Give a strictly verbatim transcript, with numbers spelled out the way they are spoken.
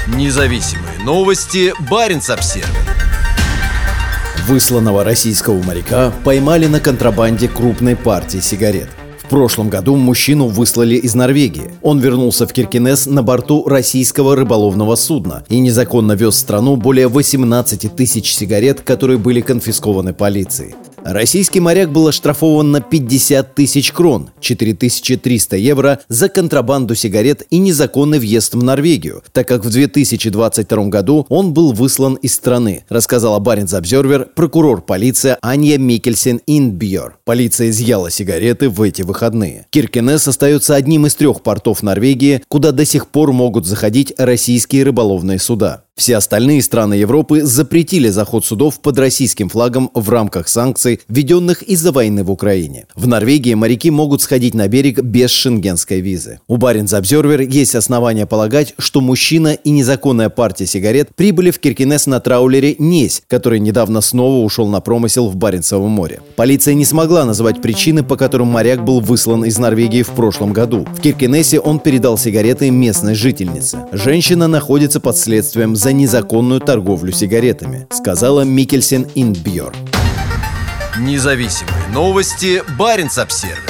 Независимые новости. Баренц-Обсервис. Высланного российского моряка поймали на контрабанде крупной партии сигарет. В прошлом году мужчину выслали из Норвегии. Он вернулся в Киркенес на борту российского рыболовного судна и незаконно вез в страну более восемнадцати тысяч сигарет, которые были конфискованы полицией. Российский моряк был оштрафован на пятьдесят тысяч крон, четыре тысячи триста евро, за контрабанду сигарет и незаконный въезд в Норвегию, так как в две тысячи двадцать втором году он был выслан из страны, рассказала Баренц-Обсервис прокурор полиции Анья Микельсен Индбьер. Полиция изъяла сигареты в эти выходные. Киркенес остается одним из трех портов Норвегии, куда до сих пор могут заходить российские рыболовные суда. Все остальные страны Европы запретили заход судов под российским флагом в рамках санкций, введенных из-за войны в Украине. В Норвегии моряки могут сходить на берег без шенгенской визы. У Баренц-Обсервис есть основания полагать, что мужчина и незаконная партия сигарет прибыли в Киркенес на траулере «Несь», который недавно снова ушел на промысел в Баренцевом море. Полиция не смогла назвать причины, по которым моряк был выслан из Норвегии в прошлом году. В Киркенесе он передал сигареты местной жительнице. Женщина находится под следствием за незаконную торговлю сигаретами, сказала Микельсен Индбьер. Независимые новости. Баренц-Обсервис.